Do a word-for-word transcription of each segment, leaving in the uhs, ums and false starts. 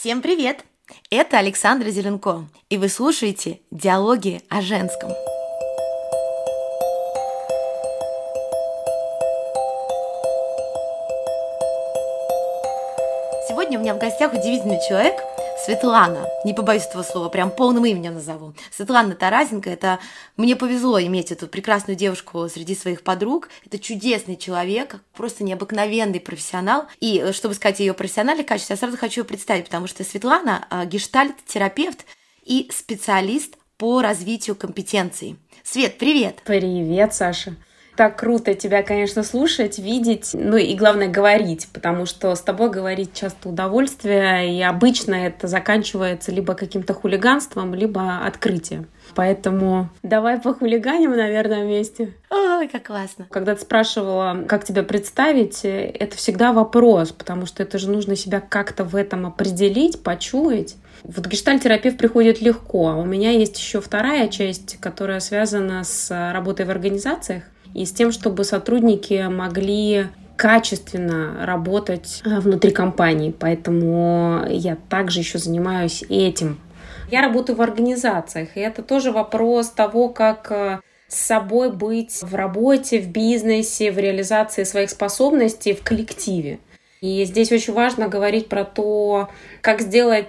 Всем привет! Это Александра Зеленко, и вы слушаете «Диалоги о женском». Сегодня у меня в гостях удивительный человек Светлана. Не побоюсь этого слова, прям полным именем назову. Светлана Тарасенко. Это мне повезло иметь эту прекрасную девушку среди своих подруг. Это чудесный человек, просто необыкновенный профессионал. И чтобы сказать о ее профессиональных качествах, я сразу хочу ее представить, потому что Светлана гештальт-терапевт и специалист по развитию компетенций. Свет, привет! Привет, Саша! Так круто тебя, конечно, слушать, видеть, ну и главное говорить, потому что с тобой говорить часто удовольствие, и обычно это заканчивается либо каким-то хулиганством, либо открытием. Поэтому давай похулиганим, наверное, вместе. Ой, как классно. Когда ты спрашивала, как тебя представить, это всегда вопрос, потому что это же нужно себя как-то в этом определить, почуять. Вот гештальт-терапевт приходит легко. У меня есть еще вторая часть, которая связана с работой в организациях и с тем, чтобы сотрудники могли качественно работать внутри компании. Поэтому я также еще занимаюсь этим. Я работаю в организациях, и это тоже вопрос того, как с собой быть в работе, в бизнесе, в реализации своих способностей в коллективе. И здесь очень важно говорить про то, как сделать,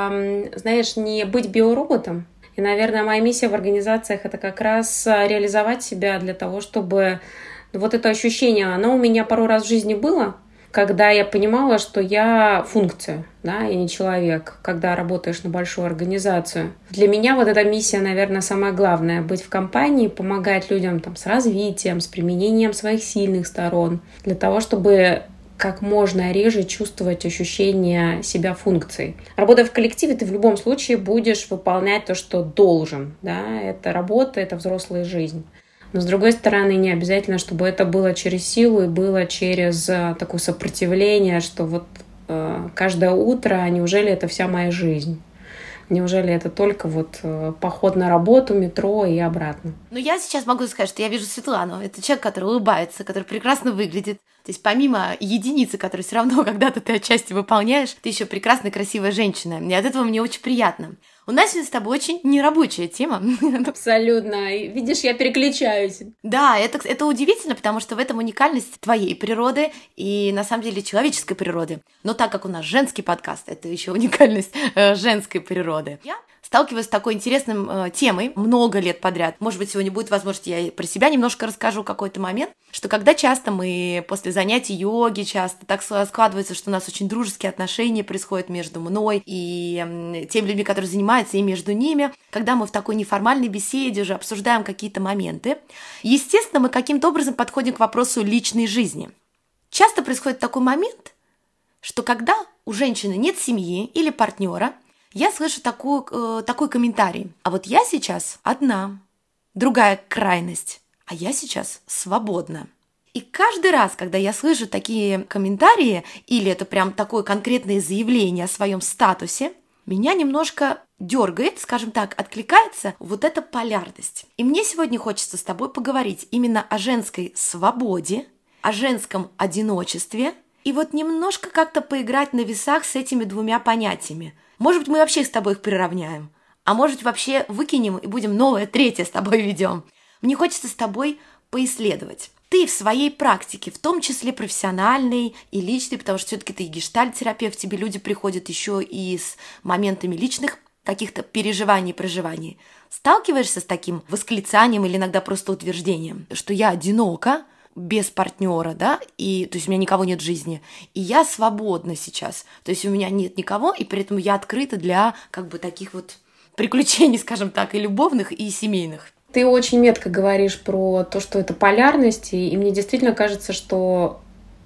знаешь, не быть биороботом. И, наверное, моя миссия в организациях — это как раз реализовать себя для того, чтобы вот это ощущение, оно у меня пару раз в жизни было, когда я понимала, что я функция, да, я не человек, когда работаешь на большую организацию. Для меня вот эта миссия, наверное, самая главная — быть в компании, помогать людям там, с развитием, с применением своих сильных сторон, для того, чтобы как можно реже чувствовать ощущение себя функцией. Работая в коллективе, ты в любом случае будешь выполнять то, что должен. Да? Это работа, это взрослая жизнь. Но, с другой стороны, не обязательно, чтобы это было через силу и было через такое сопротивление, что вот э, каждое утро, а неужели это вся моя жизнь? Неужели это только вот поход на работу, метро и обратно? Ну, я сейчас могу сказать, что я вижу Светлану. Это человек, который улыбается, который прекрасно выглядит. То есть помимо единицы, которую все равно когда-то ты отчасти выполняешь, ты еще прекрасная, красивая женщина. И от этого мне очень приятно. У нас сегодня с тобой очень нерабочая тема. Абсолютно. Видишь, я переключаюсь. Да, это, это удивительно, потому что в этом уникальность твоей природы и, на самом деле, человеческой природы. Но так как у нас женский подкаст, это еще уникальность э, женской природы. Я сталкиваюсь с такой интересной э, темой много лет подряд. Может быть, сегодня будет возможность, я про себя немножко расскажу какой-то момент, что когда часто мы после занятий йоги, часто так складывается, что у нас очень дружеские отношения происходят между мной и э, теми людьми, которые занимаются, и между ними, когда мы в такой неформальной беседе уже обсуждаем какие-то моменты, естественно, мы каким-то образом подходим к вопросу личной жизни. Часто происходит такой момент, что когда у женщины нет семьи или партнера, я слышу такую, э, такой комментарий. А вот я сейчас одна. Другая крайность. А я сейчас свободна. И каждый раз, когда я слышу такие комментарии, или это прям такое конкретное заявление о своем статусе, меня немножко дергает, скажем так, откликается вот эта полярность. И мне сегодня хочется с тобой поговорить именно о женской свободе, о женском одиночестве, и вот немножко как-то поиграть на весах с этими двумя понятиями. Может быть, мы вообще с тобой их приравняем, а может, вообще выкинем и будем новое, третье с тобой ведем. Мне хочется с тобой поисследовать. Ты в своей практике, в том числе профессиональной и личной, потому что все-таки ты и гештальт-терапевт, тебе люди приходят еще и с моментами личных каких-то переживаний и проживаний. Сталкиваешься с таким восклицанием или иногда просто утверждением, что я одинока, без партнера, да, и то есть у меня никого нет в жизни, и я свободна сейчас, то есть у меня нет никого, и при этом я открыта для как бы таких вот приключений, скажем так, и любовных, и семейных. Ты очень метко говоришь про то, что это полярность, и мне действительно кажется, что,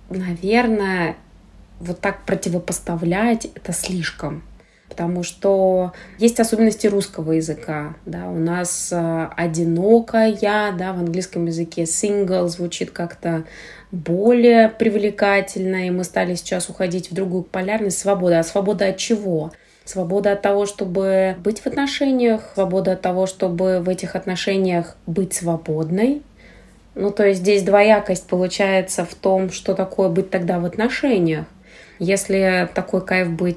наверное, вот так противопоставлять это слишком. Потому что есть особенности русского языка. Да? У нас э, одинокая, да, в английском языке single звучит как-то более привлекательно, и мы стали сейчас уходить в другую полярность. Свобода. А свобода от чего? Свобода от того, чтобы быть в отношениях, свобода от того, чтобы в этих отношениях быть свободной. Ну, то есть здесь двоякость получается в том, что такое быть тогда в отношениях. Если такой кайф быть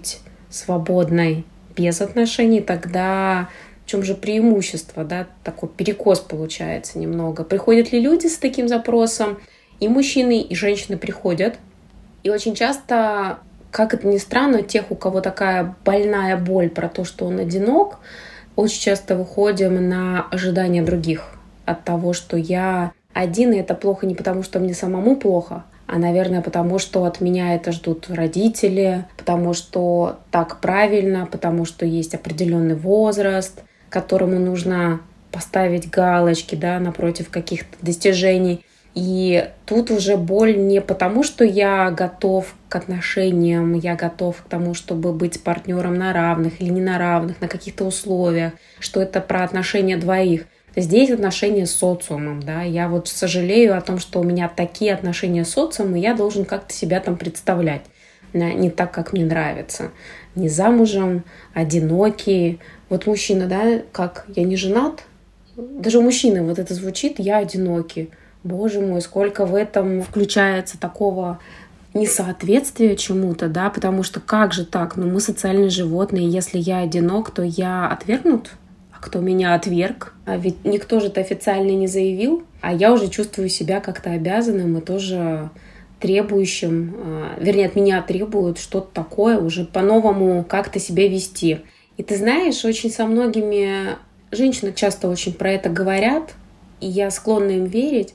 свободной без отношений, тогда в чем же преимущество, да, такой перекос получается немного. Приходят ли люди с таким запросом? И мужчины, и женщины приходят. И очень часто, как это ни странно, тех, у кого такая больная боль про то, что он одинок, очень часто выходим на ожидания других от того, что я один, и это плохо не потому, что мне самому плохо, а, наверное, потому что от меня это ждут родители, потому что так правильно, потому что есть определенный возраст, которому нужно поставить галочки, да, напротив каких-то достижений. И тут уже боль не потому, что я готов к отношениям, я готов к тому, чтобы быть партнером на равных или не на равных, на каких-то условиях, что это про отношения двоих. Здесь отношения с социумом, да, я вот сожалею о том, что у меня такие отношения с социумом, и я должен как-то себя там представлять, не так, как мне нравится. Не замужем, одинокий. Вот мужчина, да, как, я не женат? Даже у мужчины вот это звучит, я одинокий. Боже мой, сколько в этом включается такого несоответствия чему-то, да, потому что как же так, ну мы социальные животные, если я одинок, то я отвергнут? А кто меня отверг? А ведь никто же это официально не заявил, а я уже чувствую себя как-то обязанным и тоже требующим, вернее, от меня требуют что-то такое, уже по-новому как-то себя вести. И ты знаешь, очень со многими женщины часто очень про это говорят, и я склонна им верить,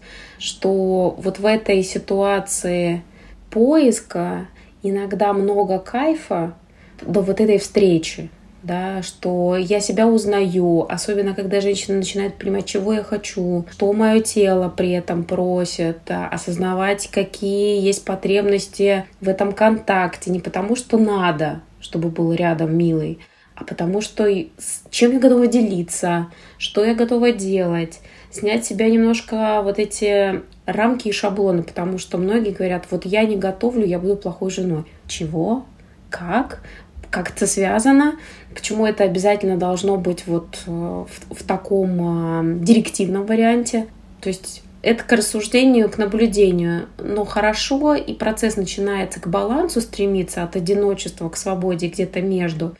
что вот в этой ситуации поиска иногда много кайфа до вот этой встречи, да, что я себя узнаю, особенно когда женщина начинает понимать, чего я хочу, что мое тело при этом просит, да, осознавать, какие есть потребности в этом контакте, не потому что надо, чтобы был рядом милый, а потому что с чем я готова делиться, что я готова делать, снять с себя немножко вот эти рамки и шаблоны, потому что многие говорят, вот я не готовлю, я буду плохой женой. Чего? Как? Как это связано? Почему это обязательно должно быть вот в, в таком э, директивном варианте? То есть это к рассуждению, к наблюдению. Но хорошо, и процесс начинается к балансу стремиться от одиночества к свободе где-то между,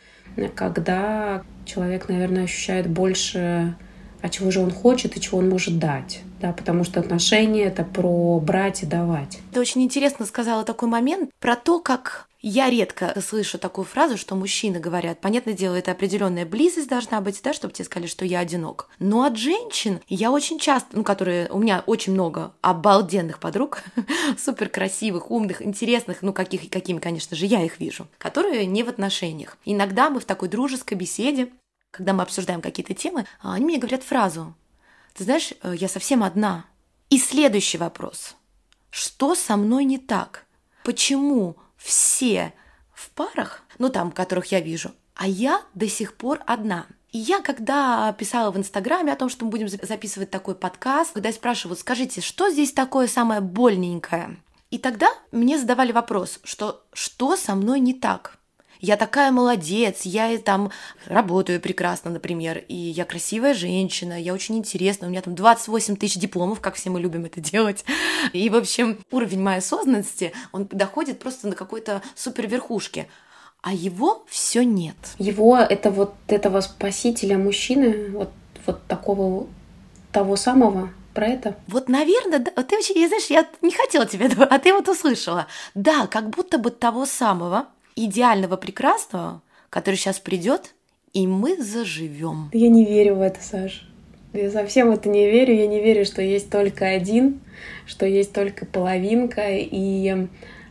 когда человек, наверное, ощущает больше, а чего же он хочет и чего он может дать. Да, потому что отношения — это про брать и давать. Ты очень интересно сказала такой момент про то, как я редко слышу такую фразу, что мужчины говорят, понятное дело, это определенная близость должна быть, да, чтобы тебе сказали, что я одинок. Но от женщин я очень часто, ну, которые, у меня очень много обалденных подруг, супер красивых, умных, интересных, ну, каких, какими, конечно же, я их вижу, которые не в отношениях. Иногда мы в такой дружеской беседе, когда мы обсуждаем какие-то темы, они мне говорят фразу: ты знаешь, я совсем одна. И следующий вопрос. Что со мной не так? Почему все в парах, ну там, которых я вижу, а я до сих пор одна? И я, когда писала в Инстаграме о том, что мы будем записывать такой подкаст, когда я спрашивала, скажите, что здесь такое самое больненькое? И тогда мне задавали вопрос, что что со мной не так? Я такая молодец, я там работаю прекрасно, например, и я красивая женщина, я очень интересна, у меня там двадцать восемь тысяч дипломов, как все мы любим это делать. И, в общем, уровень моей осознанности, он доходит просто до какой-то супер верхушки. А его все нет. Его, это вот этого спасителя мужчины, вот, вот такого, того самого, про это? Вот, наверное, да, ты вообще, я, знаешь, я не хотела тебя, а ты вот услышала. Да, как будто бы того самого, идеального, прекрасного, который сейчас придет, и мы заживем. Я не верю в это, Саш. Я совсем в это не верю. Я не верю, что есть только один, что есть только половинка. И,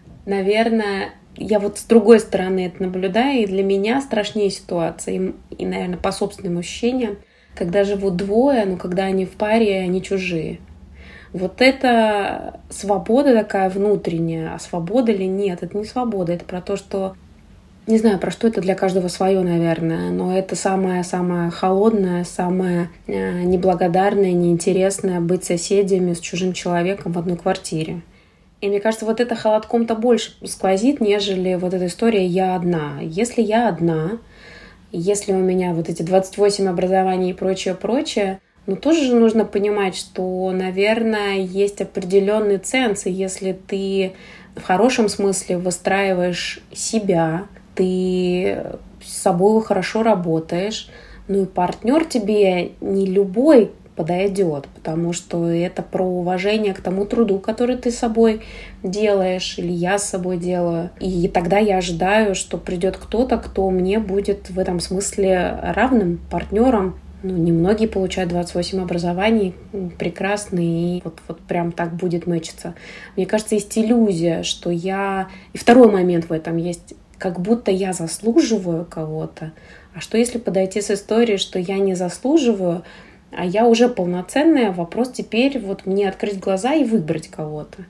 наверное, я вот с другой стороны это наблюдаю, и для меня страшнее ситуация. И, и, наверное, по собственным ощущениям, когда живут двое, но когда они в паре, они чужие. Вот это свобода такая внутренняя, а свобода или нет, это не свобода, это про то, что, не знаю, про что это для каждого свое, наверное, но это самое-самое холодное, самое неблагодарное, неинтересное — быть соседями с чужим человеком в одной квартире. И мне кажется, вот это холодком-то больше сквозит, нежели вот эта история «я одна». Если я одна, если у меня вот эти двадцать восемь образований и прочее-прочее, но тоже же нужно понимать, что, наверное, есть определенный ценз, и если ты в хорошем смысле выстраиваешь себя, ты с собой хорошо работаешь, ну и партнер тебе не любой подойдет, потому что это про уважение к тому труду, который ты с собой делаешь, или я с собой делаю. И тогда я ожидаю, что придет кто-то, кто мне будет в этом смысле равным партнером. Ну, немногие получают двадцать восемь образований, прекрасно, и вот, вот прям так будет мэчиться. Мне кажется, есть иллюзия, что я... И второй момент в этом есть, как будто я заслуживаю кого-то. А что если подойти с историей, что я не заслуживаю, а я уже полноценная, вопрос теперь вот мне открыть глаза и выбрать кого-то.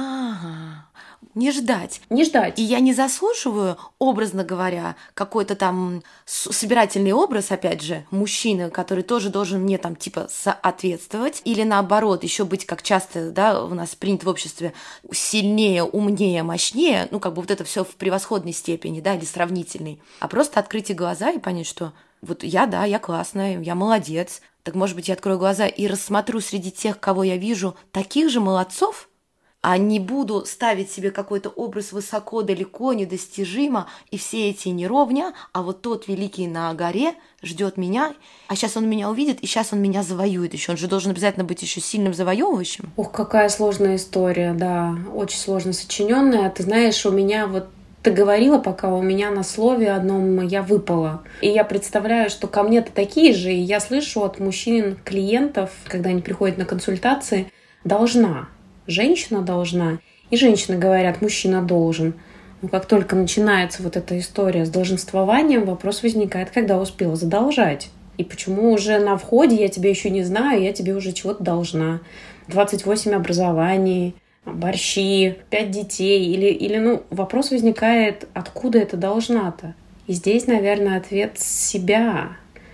Ага, не ждать. Не ждать. И я не заслуживаю, образно говоря, какой-то там собирательный образ, опять же, мужчины, который тоже должен мне там типа соответствовать, или наоборот, еще быть, как часто, да, у нас принято в обществе, сильнее, умнее, мощнее, ну как бы вот это все в превосходной степени, да, или сравнительной, а просто открыть глаза и понять, что вот я, да, я классная, я молодец, так может быть я открою глаза и рассмотрю среди тех, кого я вижу, таких же молодцов, а не буду ставить себе какой-то образ высоко, далеко, недостижимо, и все эти неровня, а вот тот великий на горе ждет меня, а сейчас он меня увидит, и сейчас он меня завоюет еще. Он же должен обязательно быть еще сильным завоевывающим. Ох, какая сложная история, да, очень сложно сочиненная. Ты знаешь, у меня вот ты говорила, пока у меня на слове одном я выпала. И я представляю, что ко мне-то такие же, и я слышу от мужчин, клиентов, когда они приходят на консультации, должна. Женщина должна. И женщины говорят, мужчина должен. Но как только начинается вот эта история с долженствованием, вопрос возникает, когда успела задолжать. И почему уже на входе я тебя еще не знаю, я тебе уже чего-то должна. двадцать восемь образований, борщи, пять детей. Или, или ну, вопрос возникает, откуда это должна-то? И здесь, наверное, ответ с себя.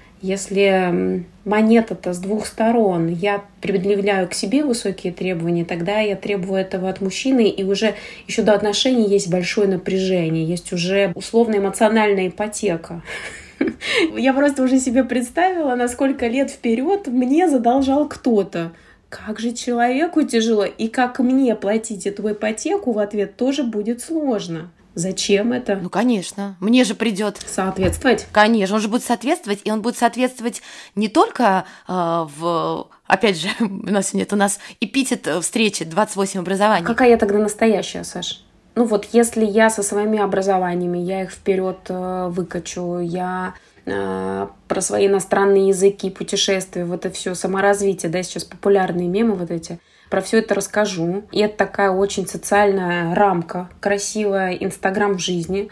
Если монета-то с двух сторон, я предъявляю к себе высокие требования, тогда я требую этого от мужчины, и уже еще до отношений есть большое напряжение, есть уже условно эмоциональная ипотека. Я просто уже себе представила, на сколько лет вперед мне задолжал кто-то. Как же человеку тяжело, и как мне платить эту ипотеку в ответ тоже будет сложно. Зачем это? Ну, конечно. Мне же придет соответствовать. Конечно, он же будет соответствовать, и он будет соответствовать не только э, в... Опять же, у нас нет, у нас эпитет встречи двадцать восемь образований. Какая я тогда настоящая, Саш? Ну вот, если я со своими образованиями, я их вперед э, выкачу, я э, про свои иностранные языки, путешествия, вот это все саморазвитие, да, сейчас популярные мемы вот эти, про все это расскажу. И это такая очень социальная рамка, красивая, Инстаграм в жизни.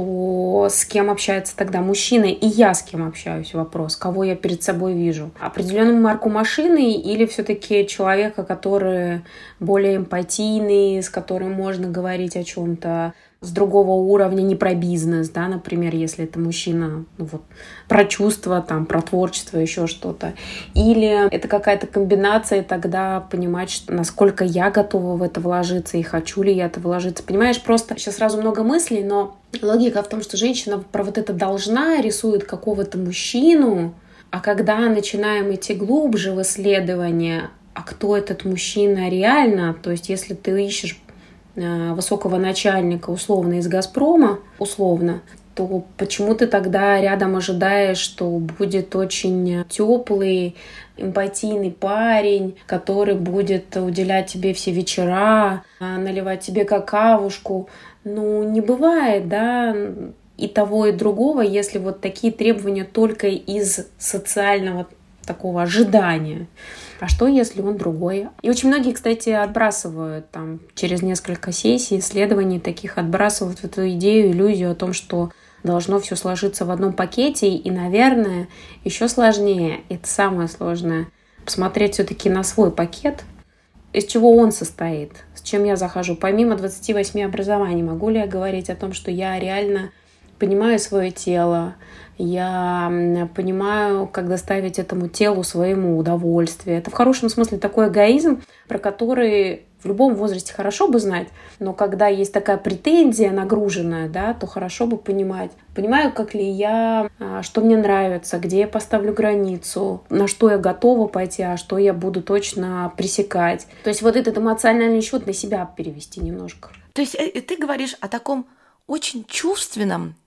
То с кем общается тогда мужчина? И я с кем общаюсь? Вопрос. Кого я перед собой вижу? Определенную марку машины или все-таки человека, который более эмпатийный, с которым можно говорить о чем-то с другого уровня, не про бизнес, да, например, если это мужчина, ну вот, про чувства, там, про творчество, еще что-то. Или это какая-то комбинация, и тогда понимать, что, насколько я готова в это вложиться, и хочу ли я это вложиться. Понимаешь, просто сейчас сразу много мыслей, но логика в том, что женщина про вот это должна, рисует какого-то мужчину, а когда начинаем идти глубже в исследование, а кто этот мужчина реально, то есть если ты ищешь высокого начальника, условно, из «Газпрома», условно, то почему ты тогда рядом ожидаешь, что будет очень теплый, эмпатийный парень, который будет уделять тебе все вечера, наливать тебе какавушку? Ну, не бывает, да, и того, и другого, если вот такие требования только из социального такого ожидания. А что, если он другой? И очень многие, кстати, отбрасывают там через несколько сессий, исследований таких, отбрасывают в эту идею, иллюзию о том, что должно все сложиться в одном пакете. И, наверное, еще сложнее, это самое сложное, посмотреть все-таки на свой пакет, из чего он состоит, с чем я захожу. Помимо двадцати восьми образований, могу ли я говорить о том, что я реально понимаю свое тело, я понимаю, как доставить этому телу своему удовольствие. Это в хорошем смысле такой эгоизм, про который в любом возрасте хорошо бы знать, но когда есть такая претензия нагруженная, да, то хорошо бы понимать. Понимаю, как ли я, что мне нравится, где я поставлю границу, на что я готова пойти, а что я буду точно пресекать. То есть вот этот эмоциональный счет на себя перевести немножко. То есть ты говоришь о таком очень чувственном,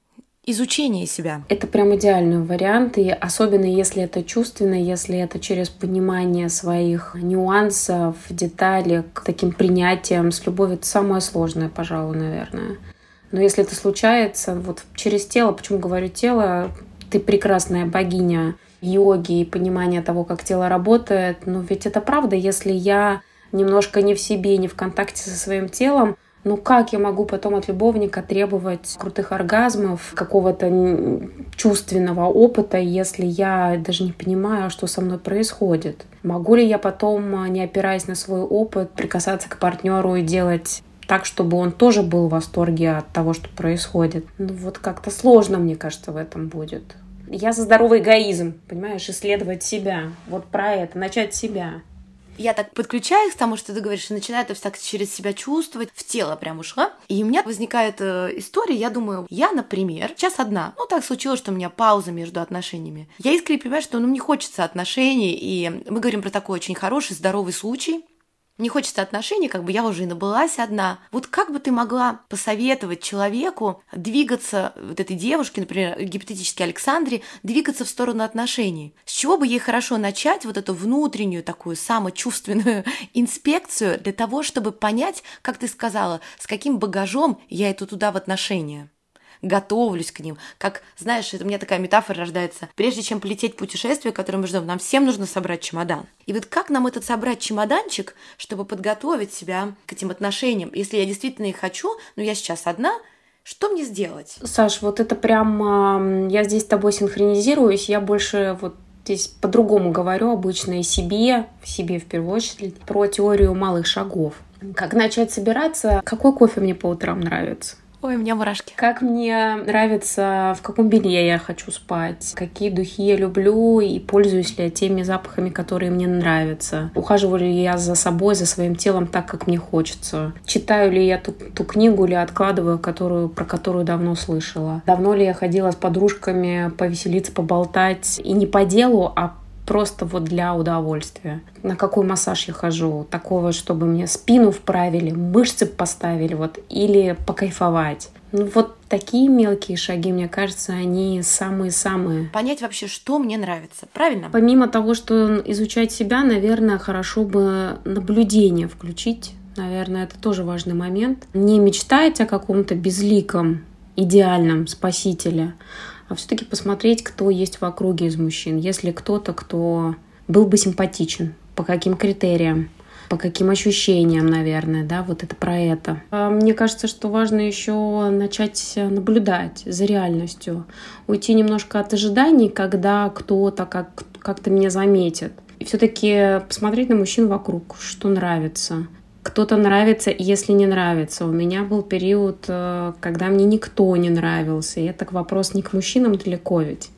изучение себя. Это прям идеальный вариант, и особенно если это чувственно, если это через понимание своих нюансов, деталей, к таким принятием, с любовью, это самое сложное, пожалуй, наверное. Но если это случается вот через тело, почему говорю тело, ты прекрасная богиня йоги и понимания того, как тело работает, но ведь это правда, если я немножко не в себе, не в контакте со своим телом, ну как я могу потом от любовника требовать крутых оргазмов, какого-то чувственного опыта, если я даже не понимаю, что со мной происходит? Могу ли я потом, не опираясь на свой опыт, прикасаться к партнеру и делать так, чтобы он тоже был в восторге от того, что происходит? Ну вот как-то сложно, мне кажется, в этом будет. Я за здоровый эгоизм, понимаешь, исследовать себя. Вот про это, начать с себя. Я так подключаюсь к тому, что ты говоришь, и начинаю это так через себя чувствовать, в тело прям ушла. И у меня возникает э, история, я думаю, я, например, сейчас одна. Ну, так случилось, что у меня пауза между отношениями. Я искренне понимаю, что ну, мне хочется отношений, и мы говорим про такой очень хороший, здоровый случай. Мне хочется отношений, как бы я уже и набылась одна. Вот как бы ты могла посоветовать человеку двигаться, вот этой девушке, например, гипотетически Александре, двигаться в сторону отношений? С чего бы ей хорошо начать вот эту внутреннюю такую самочувственную инспекцию для того, чтобы понять, как ты сказала, с каким багажом я иду туда в отношения? Готовлюсь к ним. Как, знаешь, это у меня такая метафора рождается. Прежде чем полететь в путешествие, которое мы ждем, нам всем нужно собрать чемодан. И вот как нам этот собрать чемоданчик, чтобы подготовить себя к этим отношениям? Если я действительно их хочу, но я сейчас одна, что мне сделать? Саш, вот это прям... Я здесь с тобой синхронизируюсь. Я больше вот здесь по-другому говорю обычно и себе, себе в первую очередь, про теорию малых шагов. Как начать собираться? Какой кофе мне по утрам нравится? Ой, у меня мурашки. Как мне нравится, в каком белье я хочу спать, какие духи я люблю и пользуюсь ли я теми запахами, которые мне нравятся. Ухаживаю ли я за собой, за своим телом так, как мне хочется. Читаю ли я ту, ту книгу или откладываю, которую, про которую давно слышала. Давно ли я ходила с подружками повеселиться, поболтать. И не по делу, а просто вот для удовольствия. На какой массаж я хожу? Такого, чтобы мне спину вправили, мышцы поставили, вот, или покайфовать. Ну, вот такие мелкие шаги, мне кажется, они самые-самые. Понять вообще, что мне нравится, правильно? Помимо того, что изучать себя, наверное, хорошо бы наблюдение включить. Наверное, это тоже важный момент. Не мечтать о каком-то безликом, идеальном спасителе, а все-таки посмотреть, кто есть в округе из мужчин. Если кто-то, кто был бы симпатичен, по каким критериям, по каким ощущениям, наверное, да, вот это про это. Мне кажется, что важно еще начать наблюдать за реальностью, уйти немножко от ожиданий, когда кто-то как, как-то меня заметит. И все-таки посмотреть на мужчин вокруг, что нравится. Кто-то нравится, если не нравится. У меня был период, когда мне никто не нравился. И это вопрос не к мужчинам далеко ведь.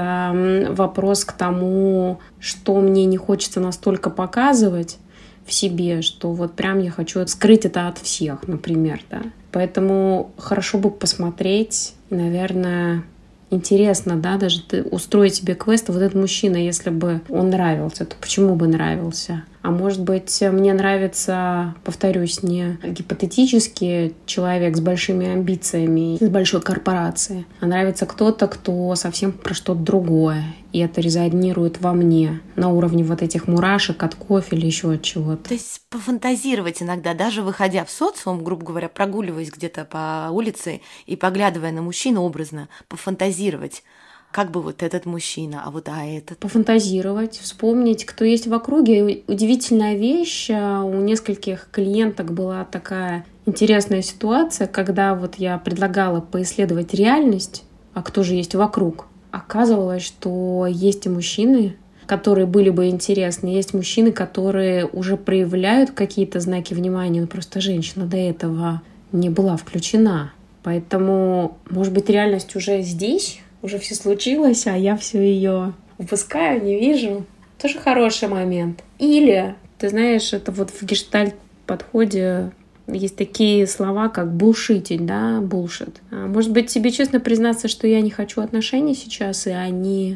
Это вопрос к тому, что мне не хочется настолько показывать в себе, что вот прям я хочу скрыть это от всех, например, да. Поэтому хорошо бы посмотреть, наверное, интересно, да, даже ты устроить себе квест, вот этот мужчина, если бы он нравился, то почему бы нравился? А может быть, мне нравится, повторюсь, не гипотетически человек с большими амбициями, с большой корпорацией, а нравится кто-то, кто совсем про что-то другое. И это резонирует во мне на уровне вот этих мурашек от кофе или еще от чего-то. То есть пофантазировать иногда, даже выходя в социум, грубо говоря, прогуливаясь где-то по улице и поглядывая на мужчину образно, пофантазировать. Как бы вот этот мужчина, а вот а этот. Пофантазировать, вспомнить, кто есть в округе. Удивительная вещь. У нескольких клиенток была такая интересная ситуация, когда вот я предлагала поисследовать реальность, а кто же есть вокруг. Оказывалось, что есть и мужчины, которые были бы интересны, есть мужчины, которые уже проявляют какие-то знаки внимания, но просто женщина до этого не была включена. Поэтому, может быть, реальность уже здесь, уже все случилось, а я все ее упускаю, не вижу. Тоже хороший момент. Или, ты знаешь, это вот в гештальт-подходе есть такие слова, как булшитить, да, булшит. Может быть, тебе честно признаться, что я не хочу отношений сейчас, и они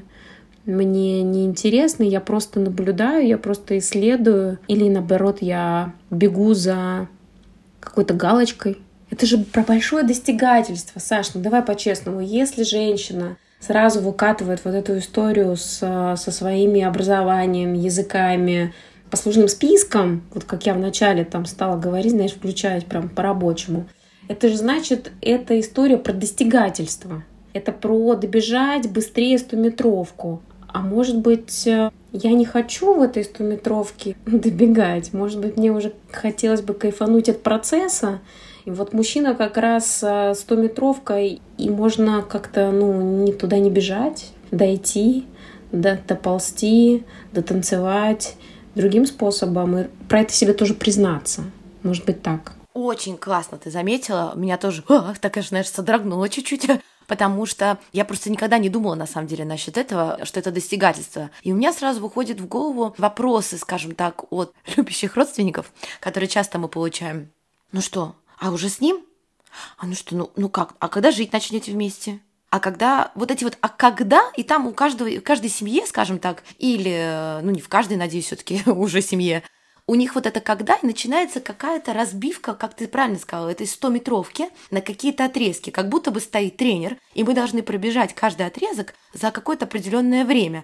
мне не интересны, я просто наблюдаю, я просто исследую, или наоборот, я бегу за какой-то галочкой, Это же про большое достигательство, Саш, ну давай по-честному. Если женщина сразу выкатывает вот эту историю с, со своими образованием, языками, послужным списком, вот как я вначале там стала говорить, знаешь, включать прям по-рабочему, это же значит, это история про достигательство. Это про добежать быстрее стометровку. А может быть, я не хочу в этой стометровке добегать. Может быть, мне уже хотелось бы кайфануть от процесса. И вот мужчина как раз стометровкой, и можно как-то, ну, не туда не бежать, дойти, до, доползти, дотанцевать другим способом. И про это себе тоже признаться. Может быть, так. Очень классно ты заметила. Меня тоже, ах, так, конечно, знаешь, содрогнуло чуть-чуть. Потому что я просто никогда не думала, на самом деле, насчет этого, что это достигательство. И у меня сразу выходят в голову вопросы, скажем так, от любящих родственников, которые часто мы получаем. Ну что, а уже с ним? А ну что, ну, ну как? А когда жить начнете вместе? А когда вот эти вот «а когда?» и там у каждого, в каждой семье, скажем так, или, ну не в каждой, надеюсь, все-таки уже семье, у них вот это «когда» и начинается какая-то разбивка, как ты правильно сказала, этой стометровки на какие-то отрезки, как будто бы стоит тренер, и мы должны пробежать каждый отрезок за какое-то определенное время.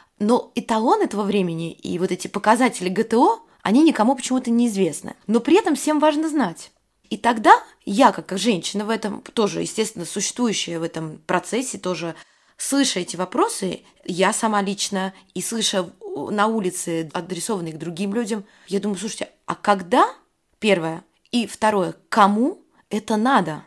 Но эталон этого времени и вот эти показатели ГТО, они никому почему-то неизвестны. Но при этом всем важно знать. И тогда я, как женщина в этом, тоже, естественно, существующая в этом процессе, тоже слыша эти вопросы, я сама лично, и слыша на улице, адресованные к другим людям, я думаю, слушайте, а когда, первое, и второе, кому это надо?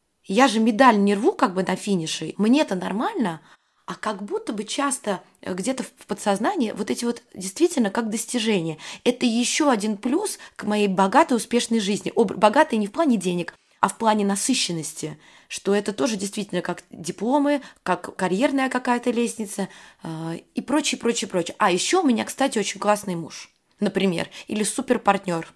Я же медаль не рву как бы на финише, мне это нормально, а как будто бы часто где-то в подсознании вот эти вот действительно как достижения. Это еще один плюс к моей богатой, успешной жизни. Богатой не в плане денег, а в плане насыщенности, что это тоже действительно как дипломы, как карьерная какая-то лестница э, и прочее, прочее, прочее. А еще у меня, кстати, очень классный муж, например, или суперпартнер.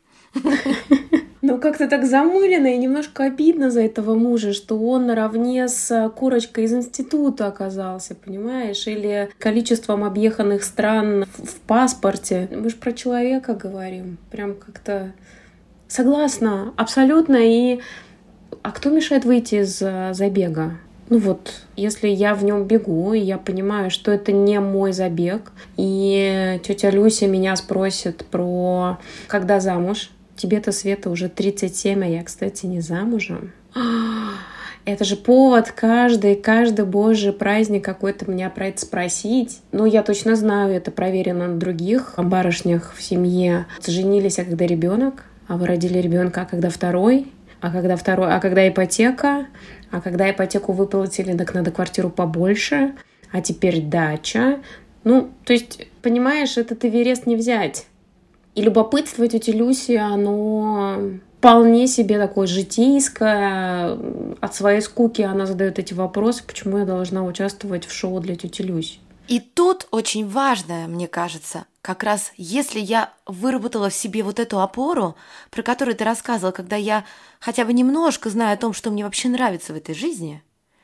Ну, как-то так замылено и немножко обидно за этого мужа, что он наравне с курочкой из института оказался, понимаешь? Или количеством объеханных стран в паспорте. Мы же про человека говорим. Прям как-то согласна, абсолютно. И а кто мешает выйти из забега? Ну вот, если я в нем бегу, и я понимаю, что это не мой забег, и тетя Люся меня спросит про «когда замуж?», тебе-то, Света, уже тридцать семь, а я, кстати, не замужем. Это же повод каждый, каждый божий праздник какой-то меня про это спросить. Ну, я точно знаю, это проверено на других барышнях в семье. Женились, а когда ребенок, а вы родили ребенка, а когда второй, а когда второй, а когда ипотека, а когда ипотеку выплатили, так надо квартиру побольше, а теперь дача. Ну, то есть, понимаешь, этот Эверест не взять. И любопытство тети Люси, оно вполне себе такое житейское. От своей скуки она задает эти вопросы, почему я должна участвовать в шоу для тети Люси. И тут очень важно, мне кажется, как раз если я выработала в себе вот эту опору, про которую ты рассказывала, когда я хотя бы немножко знаю о том, что мне вообще нравится в этой жизни,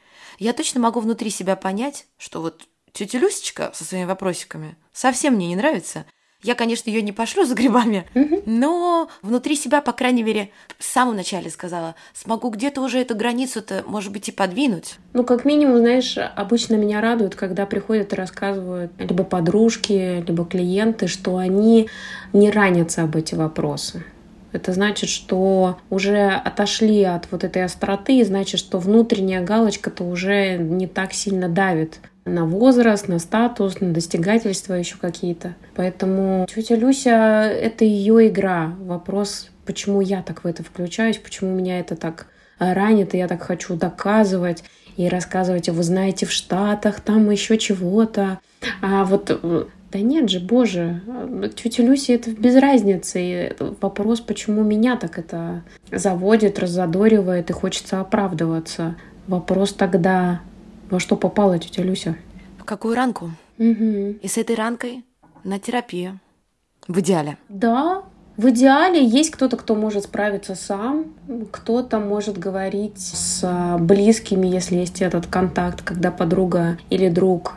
я точно могу внутри себя понять, что вот тетя Люсечка со своими вопросиками совсем мне не нравится. Я, конечно, ее не пошлю за грибами, mm-hmm. но внутри себя, по крайней мере, в самом начале сказала, смогу где-то уже эту границу-то, может быть, и подвинуть. Ну, как минимум, знаешь, обычно меня радует, когда приходят и рассказывают либо подружки, либо клиенты, что они не ранятся об эти вопросы. Это значит, что уже отошли от вот этой остроты, и значит, что внутренняя галочка-то уже не так сильно давит на возраст, на статус, на достигательства еще какие-то. Поэтому тетя Люся — это ее игра. Вопрос, почему я так в это включаюсь, почему меня это так ранит, и я так хочу доказывать и рассказывать, вы знаете, в Штатах там еще чего-то. А вот да нет же, боже, тетя Люся — это без разницы. И вопрос, почему меня так это заводит, раззадоривает и хочется оправдываться. Вопрос тогда... Во что попала тетя Люся? В какую ранку? Угу. И с этой ранкой на терапию. В идеале. Да, в идеале есть кто-то, кто может справиться сам. Кто-то может говорить с близкими, если есть этот контакт, когда подруга или друг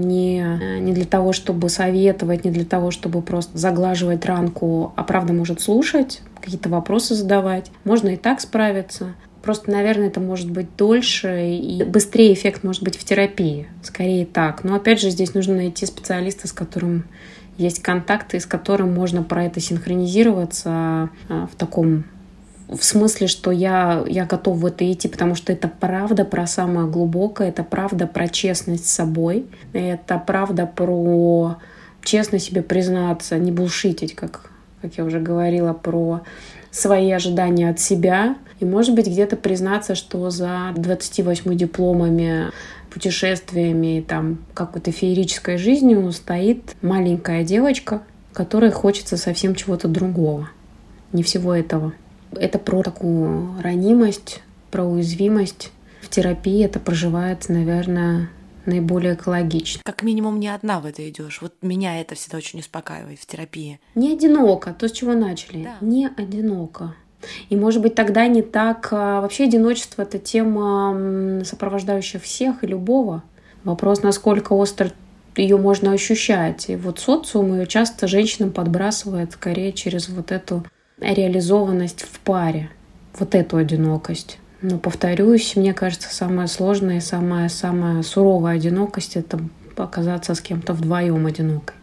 не, не для того, чтобы советовать, не для того, чтобы просто заглаживать ранку, а правда может слушать, какие-то вопросы задавать. Можно и так справиться. Просто, наверное, это может быть дольше и быстрее эффект может быть в терапии. Скорее так. Но опять же, здесь нужно найти специалиста, с которым есть контакты, с которым можно про это синхронизироваться в таком в смысле, что я, я готов в это идти, потому что это правда про самое глубокое, это правда про честность с собой, это правда про честно себе признаться, не булшитить, как, как я уже говорила, про свои ожидания от себя. И, может быть, где-то признаться, что за двадцатью восьмью дипломами, путешествиями, там, какой-то феерической жизнью стоит маленькая девочка, которой хочется совсем чего-то другого, не всего этого. Это про такую ранимость, про уязвимость. В терапии это проживается, наверное, наиболее экологично. Как минимум не одна в это идешь. Вот меня это всегда очень успокаивает в терапии. Не одиноко, то, с чего начали. Да. Не одиноко. И, может быть, тогда не так... Вообще одиночество — это тема, сопровождающая всех и любого. Вопрос, насколько остро ее можно ощущать. И вот социум ее часто женщинам подбрасывает скорее через вот эту реализованность в паре, вот эту одинокость. Но, повторюсь, мне кажется, самая сложная и самая, самая суровая одинокость — это оказаться с кем-то вдвоем одинокой.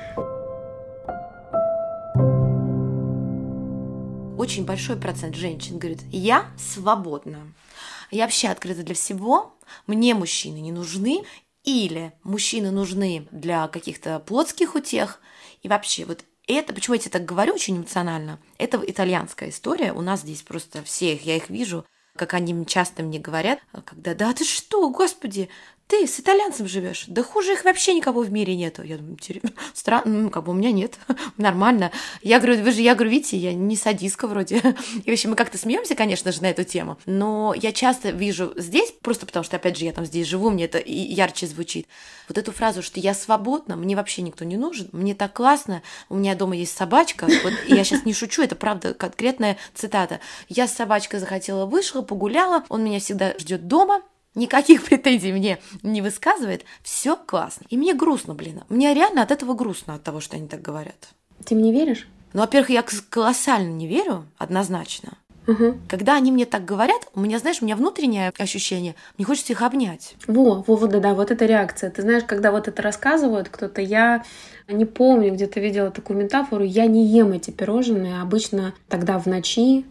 Очень большой процент женщин говорит: я свободна, я вообще открыта для всего, мне мужчины не нужны, или мужчины нужны для каких-то плотских утех, и вообще вот это, почему я тебе так говорю очень эмоционально, это итальянская история, у нас здесь просто все, я их вижу, как они часто мне говорят, когда: да ты что, господи, ты с итальянцем живешь, да хуже их вообще никого в мире нету. Я думаю, странно, ну, как бы у меня нет, нормально. Я говорю, вы же, я говорю, видите, я не садистка вроде. И вообще мы как-то смеемся, конечно же, на эту тему, но я часто вижу здесь, просто потому что, опять же, я там здесь живу, мне это ярче звучит, вот эту фразу, что я свободна, мне вообще никто не нужен, мне так классно, у меня дома есть собачка, вот, и я сейчас не шучу, это правда конкретная цитата. Я с собачкой захотела, вышла, погуляла, он меня всегда ждет дома, никаких претензий мне не высказывает, все классно. И мне грустно, блин. Мне реально от этого грустно, от того, что они так говорят. Ты мне веришь? Ну, во-первых, я колоссально не верю, однозначно. Угу. Когда они мне так говорят, у меня, знаешь, у меня внутреннее ощущение, мне хочется их обнять. Во, во, во, да, да, вот эта реакция. Ты знаешь, когда вот это рассказывают кто-то, я не помню, где-то видела такую метафору, я не ем эти пирожные, обычно тогда в ночи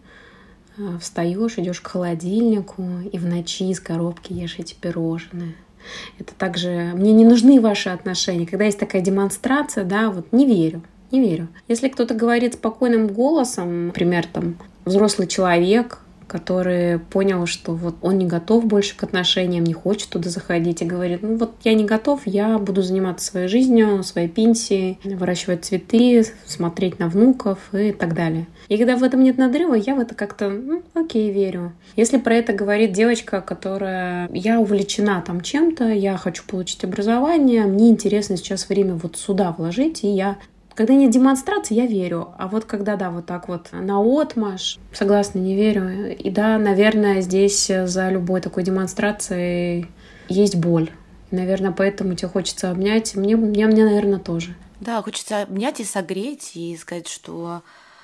встаешь, идешь к холодильнику, и в ночи из коробки ешь эти пирожные. Это также... Мне не нужны ваши отношения. Когда есть такая демонстрация, да, вот не верю, не верю. Если кто-то говорит спокойным голосом, например, там, взрослый человек, который понял, что вот он не готов больше к отношениям, не хочет туда заходить, и говорит: ну вот я не готов, я буду заниматься своей жизнью, своей пенсией, выращивать цветы, смотреть на внуков и так далее. И когда в этом нет надрыва, я в это как-то, ну, окей, верю. Если про это говорит девочка, которая: я увлечена там чем-то, я хочу получить образование, мне интересно сейчас время вот сюда вложить, и я... Когда нет демонстрации, я верю. А вот когда, да, вот так вот наотмашь, согласна, не верю. И да, наверное, здесь за любой такой демонстрацией есть боль. И, наверное, поэтому тебе хочется обнять. Мне, мне, мне, наверное, тоже. Да, хочется обнять и согреть, и сказать, что...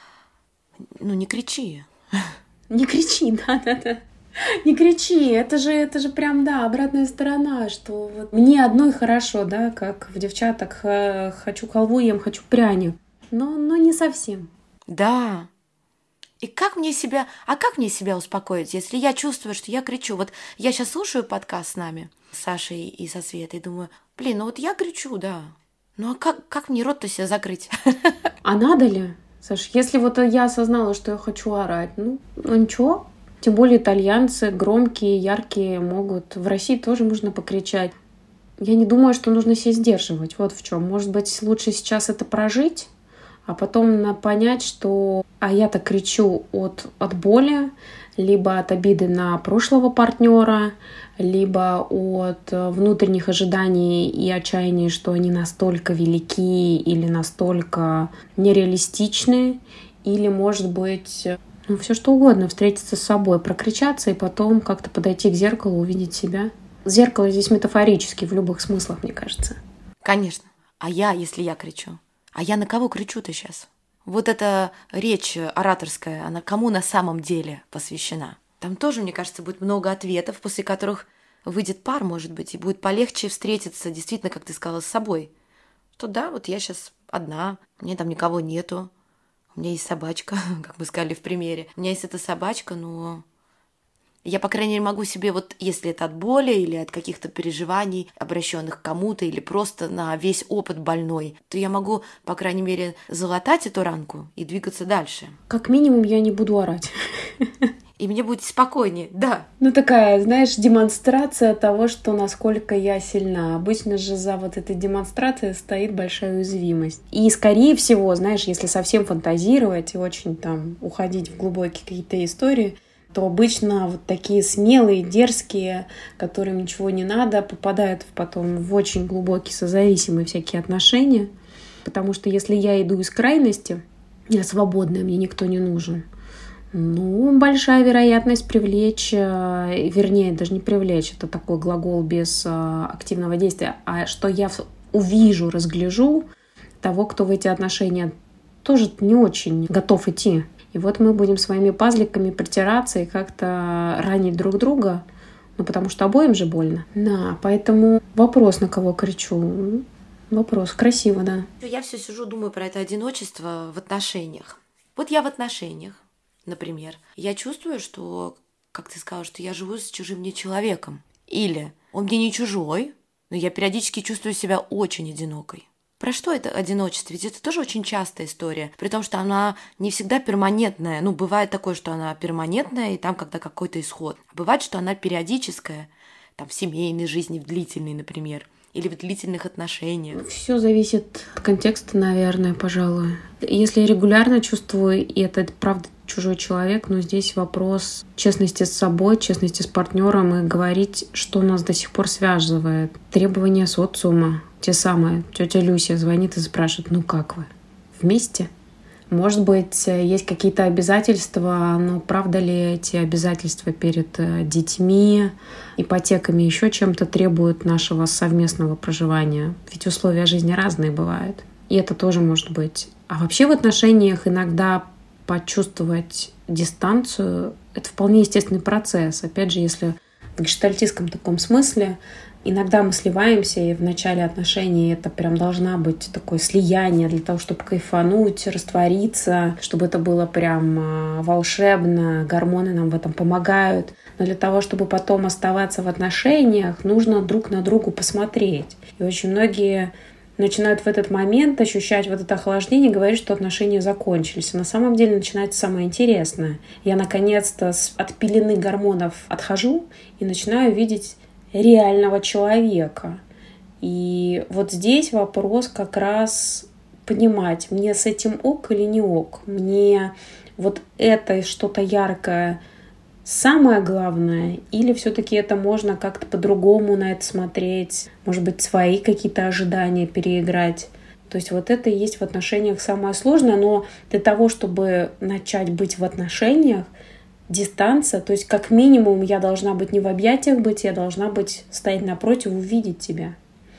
Ну, не кричи. Не кричи, да-да-да. Не кричи, это же, это же прям, да, обратная сторона, что вот мне одной хорошо, да, как в девчатах, хочу халву ем, хочу пряник, но, но не совсем. Да. И как мне себя, а как мне себя успокоить, если я чувствую, что я кричу? Вот я сейчас слушаю подкаст с нами, с Сашей и со Светой, и думаю: блин, ну вот я кричу, да, ну а как, как мне рот-то себе закрыть? А надо ли, Саш, если вот я осознала, что я хочу орать, ну, ну ничего. Тем более итальянцы громкие, яркие могут. В России тоже можно покричать. Я не думаю, что нужно себя сдерживать. Вот в чем. Может быть, лучше сейчас это прожить, а потом понять, что а я-то кричу от, от боли, либо от обиды на прошлого партнера, либо от внутренних ожиданий и отчаяния, что они настолько велики или настолько нереалистичны, или, может быть... Ну, все что угодно, встретиться с собой, прокричаться и потом как-то подойти к зеркалу, увидеть себя. Зеркало здесь метафорически, в любых смыслах, мне кажется. Конечно. А я, если я кричу? А я на кого кричу-то сейчас? Вот эта речь ораторская, она кому на самом деле посвящена? Там тоже, мне кажется, будет много ответов, после которых выйдет пар, может быть, и будет полегче встретиться, действительно, как ты сказала, с собой. Что да, вот я сейчас одна, мне там никого нету, у меня есть собачка, как мы сказали в примере. У меня есть эта собачка, но я, по крайней мере, могу себе, вот если это от боли или от каких-то переживаний, обращенных к кому-то, или просто на весь опыт больной, то я могу, по крайней мере, залатать эту ранку и двигаться дальше. Как минимум, я не буду орать. И мне будет спокойнее, да. Ну, такая, знаешь, демонстрация того, что насколько я сильна. Обычно же за вот этой демонстрацией стоит большая уязвимость. И, скорее всего, знаешь, если совсем фантазировать и очень там уходить в глубокие какие-то истории, то обычно вот такие смелые, дерзкие, которым ничего не надо, попадают потом в очень глубокие созависимые всякие отношения. Потому что если я иду из крайности, я свободная, мне никто не нужен, ну, большая вероятность привлечь, вернее, даже не привлечь, это такой глагол без активного действия, а что я увижу, разгляжу того, кто в эти отношения тоже не очень готов идти. И вот мы будем своими пазликами притираться и как-то ранить друг друга, ну, потому что обоим же больно. Да, поэтому вопрос, на кого кричу. Вопрос. Красиво, да. Я все сижу, думаю про это одиночество в отношениях. Вот я в отношениях, например. Я чувствую, что, как ты сказала, что я живу с чужим мне человеком. Или он мне не чужой, но я периодически чувствую себя очень одинокой. Про что это одиночество? Ведь это тоже очень частая история, при том, что она не всегда перманентная. Ну, бывает такое, что она перманентная, и там когда какой-то исход. А бывает, что она периодическая, там, в семейной жизни, в длительной, например, или в длительных отношениях. Все зависит от контекста, наверное, пожалуй. Если я регулярно чувствую, и это правда чужой человек, но здесь вопрос честности с собой, честности с партнером и говорить, что нас до сих пор связывает. Требования социума. Те самые. Тетя Люся звонит и спрашивает: ну как вы? Вместе? Может быть, есть какие-то обязательства, но правда ли эти обязательства перед детьми, ипотеками, еще чем-то требуют нашего совместного проживания? Ведь условия жизни разные бывают. И это тоже может быть. А вообще в отношениях иногда почувствовать дистанцию — это вполне естественный процесс. Опять же, если в гештальтистском таком смысле, иногда мы сливаемся, и в начале отношений это прям должна быть такое слияние для того, чтобы кайфануть, раствориться, чтобы это было прям волшебно, гормоны нам в этом помогают. Но для того, чтобы потом оставаться в отношениях, нужно друг на другу посмотреть. И очень многие начинают в этот момент ощущать вот это охлаждение, говорить, что отношения закончились. А на самом деле начинается самое интересное. Я наконец-то от пелены гормонов отхожу и начинаю видеть реального человека. И вот здесь вопрос как раз понимать, мне с этим ок или не ок. Мне вот это что-то яркое самое главное, или все-таки это можно как-то по-другому на это смотреть, может быть, свои какие-то ожидания переиграть. То есть вот это и есть в отношениях самое сложное, но для того, чтобы начать быть в отношениях, дистанция, то есть как минимум я должна быть не в объятиях быть, я должна быть стоять напротив, увидеть тебя.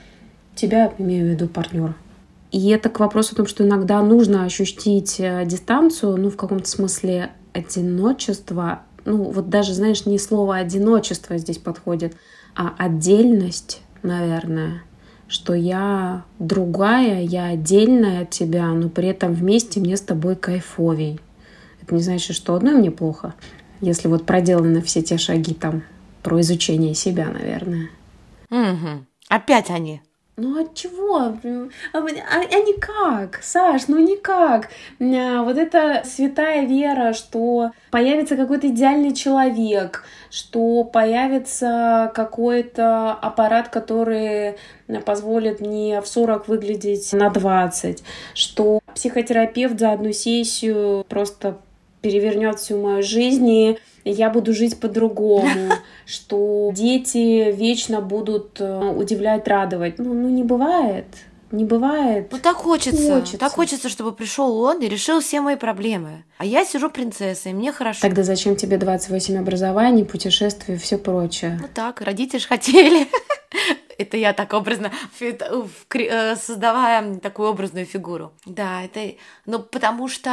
Тебя, имею в виду, партнера. И это к вопросу о том, что иногда нужно ощутить дистанцию, ну, в каком-то смысле одиночество. Ну, вот даже, знаешь, не слово «одиночество» здесь подходит, а отдельность, наверное, что я другая, я отдельная от тебя, но при этом вместе мне с тобой кайфовей. Это не значит, что одной мне плохо, если вот проделаны все те шаги там про изучение себя, наверное. Угу. Опять они. Ну от чего? А, а, а никак, Саш, ну никак. Вот эта святая вера, что появится какой-то идеальный человек, что появится какой-то аппарат, который позволит мне в сорок выглядеть на двадцать, что психотерапевт за одну сессию просто перевернет всю мою жизнь, и я буду жить по-другому, что дети вечно будут удивлять, радовать. Ну, ну не бывает, не бывает. Ну так хочется, хочется, так хочется, чтобы пришел он и решил все мои проблемы. А я сижу принцессой, мне хорошо. Тогда зачем тебе двадцать восемь образований, путешествий и все прочее? Ну так, родители ж хотели. Это я так образно, создавая такую образную фигуру. Да, это, ну потому что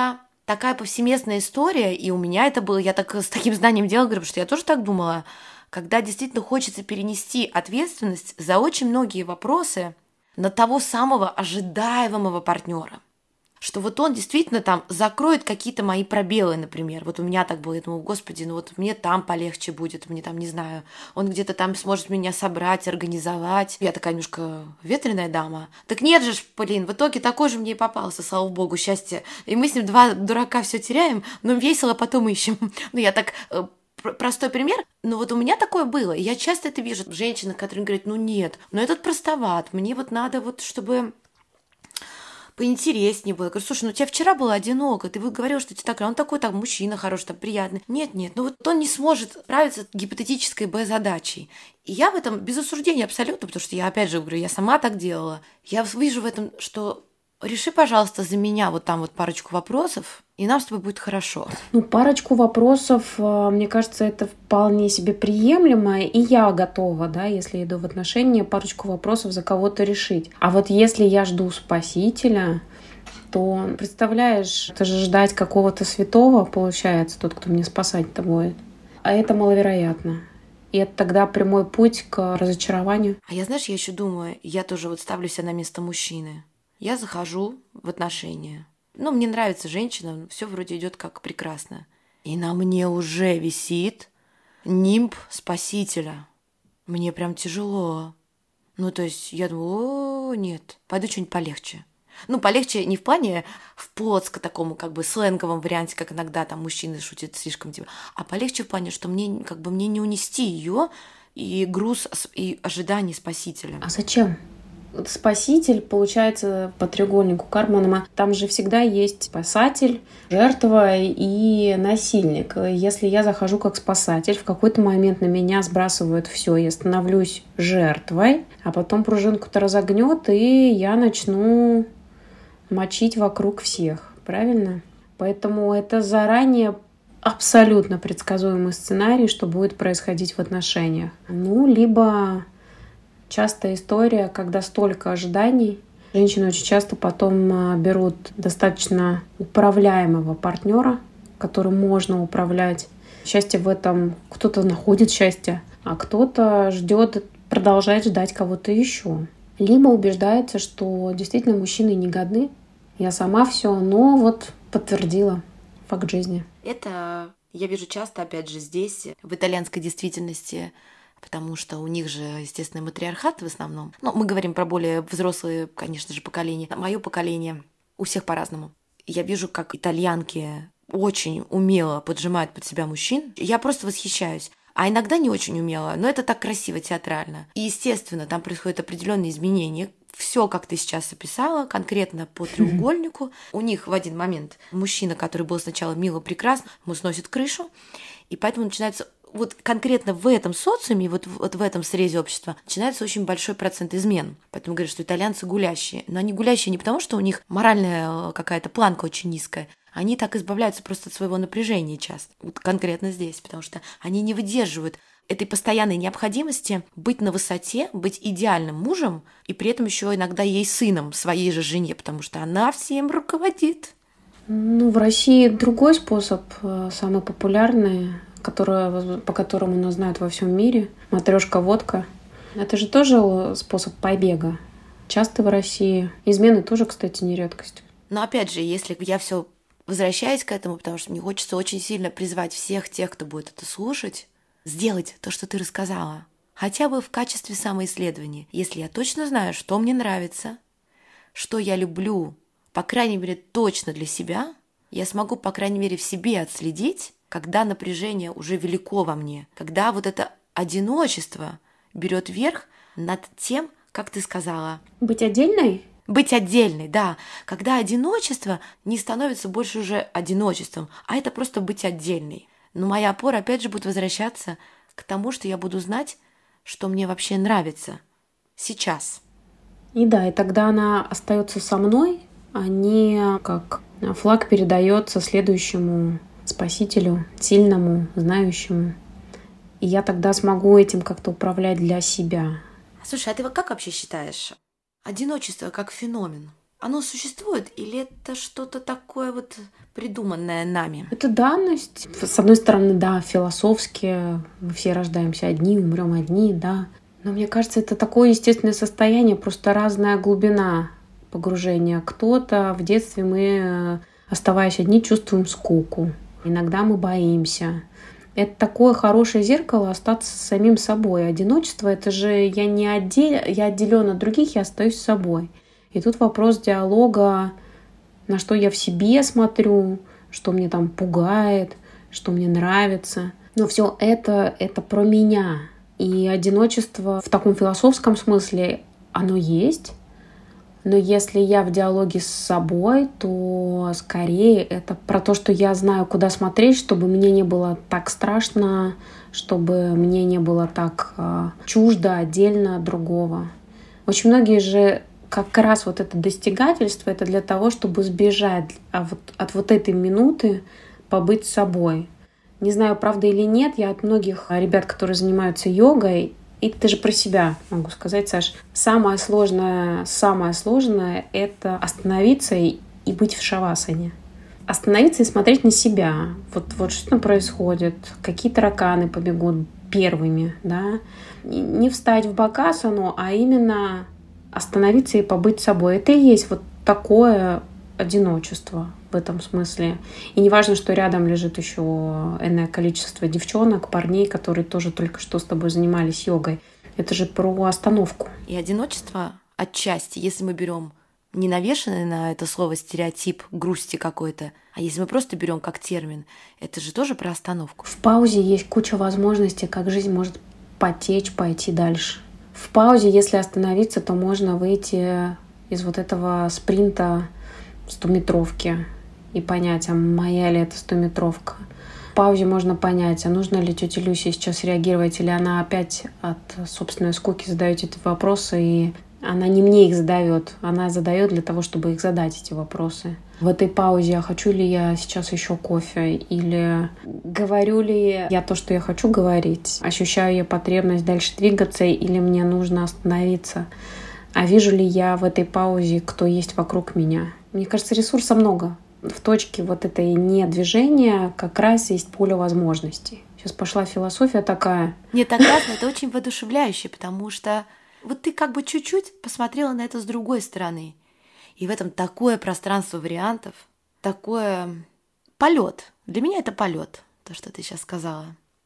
такая повсеместная история, и у меня это было, я так с таким знанием дела говорю, потому что я тоже так думала, когда действительно хочется перенести ответственность за очень многие вопросы на того самого ожидаемого партнера. Что вот он действительно там закроет какие-то мои пробелы, например. Вот у меня так было, я думала, господи, ну вот мне там полегче будет, мне там, не знаю, он где-то там сможет меня собрать, организовать. Я такая немножко ветреная дама. Так нет же, блин, в итоге такой же мне и попался, слава богу, счастье. И мы с ним два дурака все теряем, но весело потом ищем. Ну, я так... Простой пример, но вот у меня такое было, и я часто это вижу. Женщина, которая говорит, ну нет, ну этот простоват, мне вот надо вот, чтобы поинтереснее было. Я говорю, слушай, ну у тебя вчера было одиноко, ты вот говорил, что тебе так, он такой там мужчина хороший, там приятный. Нет, нет, ну вот он не сможет справиться с гипотетической Б-задачей. И я в этом без осуждения абсолютно, потому что я, опять же, говорю, я сама так делала. Я вижу в этом, что реши, пожалуйста, за меня вот там вот парочку вопросов, и нам с тобой будет хорошо. Ну, парочку вопросов, мне кажется, это вполне себе приемлемо, и я готова, да, если иду в отношения, парочку вопросов за кого-то решить. А вот если я жду спасителя, то, представляешь, это же ждать какого-то святого, получается, тот, кто мне спасать-то будет. А это маловероятно. И это тогда прямой путь к разочарованию. А я, знаешь, я еще думаю, я тоже вот ставлю себя на место мужчины. Я захожу в отношения. Ну, мне нравится женщина, все вроде идет как прекрасно. И на мне уже висит нимб спасителя. Мне прям тяжело. Ну, то есть я думаю, о, нет, пойду что-нибудь полегче. Ну, полегче не в плане в плотско такому как бы сленговом варианте, как иногда там мужчины шутят слишком типа, а полегче в плане, что мне как бы мне не унести ее и груз и ожидание спасителя. А зачем? Спаситель, получается, по треугольнику Карпмана, там же всегда есть спасатель, жертва и насильник. Если я захожу как спасатель, в какой-то момент на меня сбрасывают все, я становлюсь жертвой, а потом пружинку-то разогнет, и я начну мочить вокруг всех, правильно? Поэтому это заранее абсолютно предсказуемый сценарий, что будет происходить в отношениях. Ну, либо... Частая история, когда столько ожиданий, женщины очень часто потом берут достаточно управляемого партнера, которым можно управлять. Счастье в этом, кто-то находит счастье, а кто-то ждет, продолжает ждать кого-то еще. Либо убеждается, что действительно мужчины не годны. Я сама все, но вот подтвердила факт жизни. Это я вижу часто, опять же, здесь, в итальянской действительности, потому что у них же, естественно, матриархат в основном. Но мы говорим про более взрослые, конечно же, поколения. Мое поколение, у всех по-разному. Я вижу, как итальянки очень умело поджимают под себя мужчин. Я просто восхищаюсь. А иногда не очень умело, но это так красиво, театрально. И, естественно, там происходят определенные изменения. Все, как ты сейчас описала, конкретно по треугольнику. У них в один момент мужчина, который был сначала мило, прекрасно, ему сносит крышу. И поэтому начинается... Вот конкретно в этом социуме, вот, вот в этом срезе общества начинается очень большой процент измен. Поэтому говорят, что итальянцы гулящие. Но они гулящие не потому, что у них моральная какая-то планка очень низкая. Они так избавляются просто от своего напряжения часто. Вот конкретно здесь. Потому что они не выдерживают этой постоянной необходимости быть на высоте, быть идеальным мужем, и при этом еще иногда ей сыном, своей же жене, потому что она всем руководит. Ну, в России другой способ, самый популярный, который, по которому нас знают во всем мире. Матрешка, водка. Это же тоже способ побега. Часто в России. Измены тоже, кстати, не редкость. Но опять же, если я все возвращаюсь к этому, потому что мне хочется очень сильно призвать всех тех, кто будет это слушать, сделать то, что ты рассказала. Хотя бы в качестве самоисследования. Если я точно знаю, что мне нравится, что я люблю, по крайней мере, точно для себя, я смогу, по крайней мере, в себе отследить, когда напряжение уже велико во мне, когда вот это одиночество берет верх над тем, как ты сказала. Быть отдельной? Быть отдельной, да. Когда одиночество не становится больше уже одиночеством, а это просто быть отдельной. Но моя опора опять же будет возвращаться к тому, что я буду знать, что мне вообще нравится сейчас. И да, и тогда она остается со мной, а не как флаг передается следующему спасителю, сильному, знающему. И я тогда смогу этим как-то управлять для себя. Слушай, а ты как вообще считаешь? Одиночество как феномен. оно существует или это что-то такое вот придуманное нами? Это данность. С одной стороны, да, философски мы все рождаемся одни, умрем одни, да. Но мне кажется, это такое естественное состояние, просто разная глубина погружения. Кто-то в детстве мы, оставаясь одни, чувствуем скуку. Иногда мы боимся. Это такое хорошее зеркало остаться с самим собой. Одиночество — это же я не отдел... я отделен от других, я остаюсь с собой. И тут вопрос диалога, на что я в себе смотрю, что мне там пугает, что мне нравится. Но все это — это про меня. И одиночество в таком философском смысле, оно есть. Но если я в диалоге с собой, то скорее это про то, что я знаю, куда смотреть, чтобы мне не было так страшно, чтобы мне не было так э, чуждо, отдельно от другого. Очень многие же как раз вот это достигательство — это для того, чтобы сбежать от, от вот этой минуты, побыть с собой. Не знаю, правда или нет, я от многих ребят, которые занимаются йогой, и ты же про себя могу сказать, Саш, самое сложное, самое сложное — это остановиться и, и быть в шавасане. Остановиться и смотреть на себя. Вот, вот что там происходит, какие тараканы побегут первыми, да. Не встать в бакасану, а именно остановиться и побыть собой. Это и есть вот такое одиночество в этом смысле. И не важно, что рядом лежит еще энное количество девчонок, парней, которые тоже только что с тобой занимались йогой. Это же про остановку. И одиночество отчасти, если мы берем не навешанный на это слово стереотип грусти какой-то, а если мы просто берем как термин, это же тоже про остановку. В паузе есть куча возможностей, как жизнь может потечь, пойти дальше. В паузе, если остановиться, то можно выйти из вот этого спринта стометровки и понять, а моя ли это стометровка. В паузе можно понять, а нужно ли тете Люсе сейчас реагировать, или она опять от собственной скуки задает эти вопросы, и она не мне их задает, она задает для того, чтобы их задать, эти вопросы. В этой паузе, а хочу ли я сейчас еще кофе, или говорю ли я то, что я хочу говорить, ощущаю я потребность дальше двигаться, или мне нужно остановиться, а вижу ли я в этой паузе, кто есть вокруг меня. Мне кажется, ресурса много. В точке вот этой недвижения как раз есть поле возможностей. Сейчас пошла философия такая. Нет, так разно, это очень воодушевляюще, потому что вот ты как бы чуть-чуть посмотрела на это с другой стороны. И в этом такое пространство вариантов, такое полет. Для меня это полет, то, что ты сейчас сказала.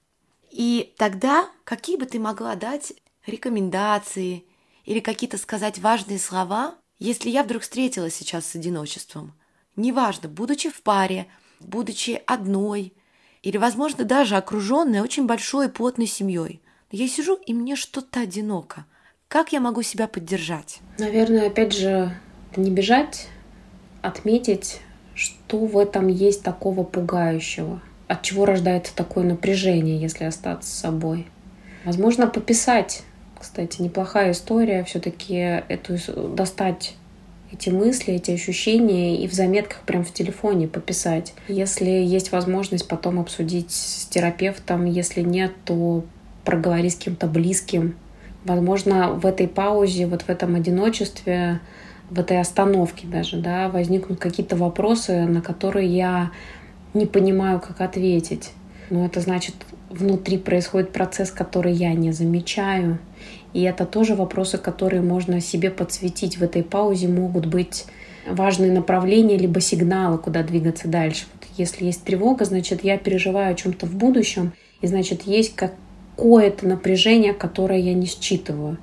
И тогда какие бы ты могла дать рекомендации или какие-то сказать важные слова, если я вдруг встретилась сейчас с одиночеством? Неважно, будучи в паре, будучи одной, или, возможно, даже окруженной очень большой плотной семьей. Я сижу, и мне что-то одиноко. Как я могу себя поддержать? Наверное, опять же, не бежать, отметить, что в этом есть такого пугающего, от чего рождается такое напряжение, если остаться с собой. Возможно, пописать. Кстати, неплохая история все-таки эту достать эти мысли, эти ощущения и в заметках прям в телефоне пописать. Если есть возможность потом обсудить с терапевтом, если нет, то проговорить с кем-то близким. Возможно, в этой паузе, вот в этом одиночестве, в этой остановке даже, да, возникнут какие-то вопросы, на которые я не понимаю, как ответить. Но это значит, внутри происходит процесс, который я не замечаю. И это тоже вопросы, которые можно себе подсветить. В этой паузе могут быть важные направления, либо сигналы, куда двигаться дальше. Вот если есть тревога, значит, я переживаю о чем-то в будущем, и значит, есть какое-то напряжение, которое я не считываю.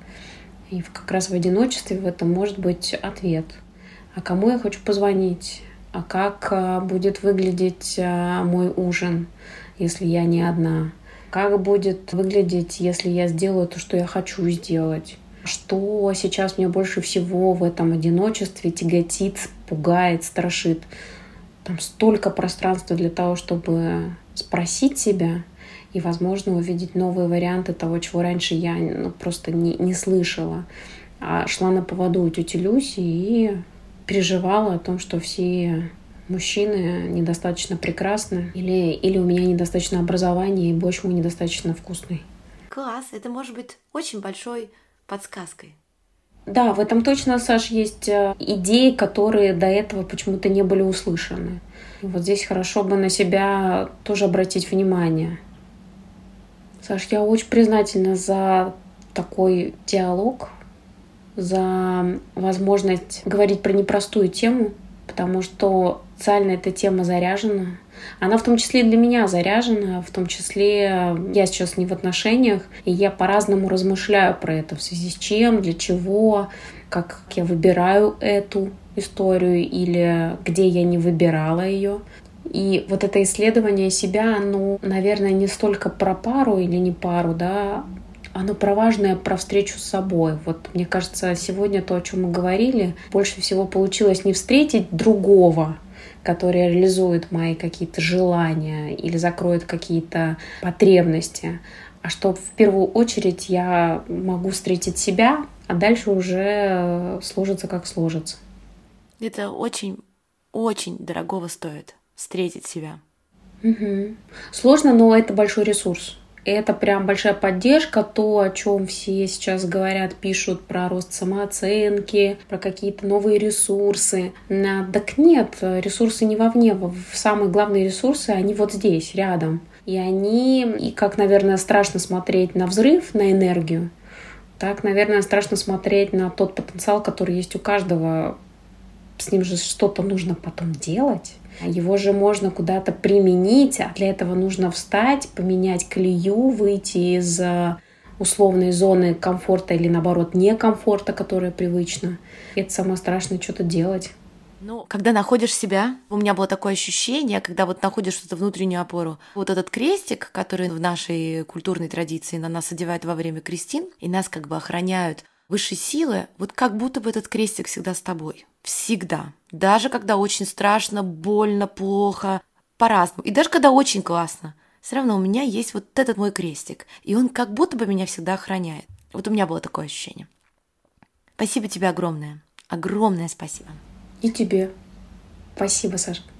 И как раз в одиночестве в этом может быть ответ. А кому я хочу позвонить? А как будет выглядеть мой ужин, если я не одна? Как будет выглядеть, если я сделаю то, что я хочу сделать? Что сейчас меня больше всего в этом одиночестве тяготит, пугает, страшит? Там столько пространства для того, чтобы спросить себя и, возможно, увидеть новые варианты того, чего раньше я ну, просто не, не слышала. А шла на поводу у тети Люси и переживала о том, что все мужчины недостаточно прекрасны, или, или у меня недостаточно образования, и борщ мой недостаточно вкусный. Класс, это может быть очень большой подсказкой. Да, в этом точно, Саш, есть идеи, которые до этого почему-то не были услышаны. Вот здесь хорошо бы на себя тоже обратить внимание. Саш, я очень признательна за такой диалог, за возможность говорить про непростую тему, потому что социально эта тема заряжена. Она в том числе и для меня заряжена, в том числе я сейчас не в отношениях, и я по-разному размышляю про это, в связи с чем, для чего, как я выбираю эту историю или где я не выбирала ее. И вот это исследование себя, оно, наверное, не столько про пару или не пару, да, оно про важное, про встречу с собой. Вот мне кажется, сегодня то, о чем мы говорили, больше всего получилось не встретить другого, который реализует мои какие-то желания или закроет какие-то потребности, а что в первую очередь я могу встретить себя, а дальше уже сложится как сложится. Это очень, очень дорогого стоит встретить себя. Угу. Сложно, но это большой ресурс. Это прям большая поддержка, то, о чем все сейчас говорят, пишут про рост самооценки, про какие-то новые ресурсы. Так нет, ресурсы не вовне. Самые главные ресурсы, они вот здесь, рядом. И они, и как, наверное, страшно смотреть на взрыв, на энергию, так, наверное, страшно смотреть на тот потенциал, который есть у каждого. С ним же что-то нужно потом делать. Его же можно куда-то применить, а для этого нужно встать, поменять колею, выйти из условной зоны комфорта или, наоборот, некомфорта, которая привычна. И это самое страшное, что-то делать. Ну, когда находишь себя, у меня было такое ощущение, когда вот находишь что-то внутреннюю опору, вот этот крестик, который в нашей культурной традиции на нас одевают во время крестин, и нас как бы охраняют высшие силы, вот как будто бы этот крестик всегда с тобой. Всегда. Даже когда очень страшно, больно, плохо, по-разному. И даже когда очень классно, все равно у меня есть вот этот мой крестик. И он как будто бы меня всегда охраняет. Вот у меня было такое ощущение. Спасибо тебе огромное. Огромное спасибо. И тебе. Спасибо, Саша.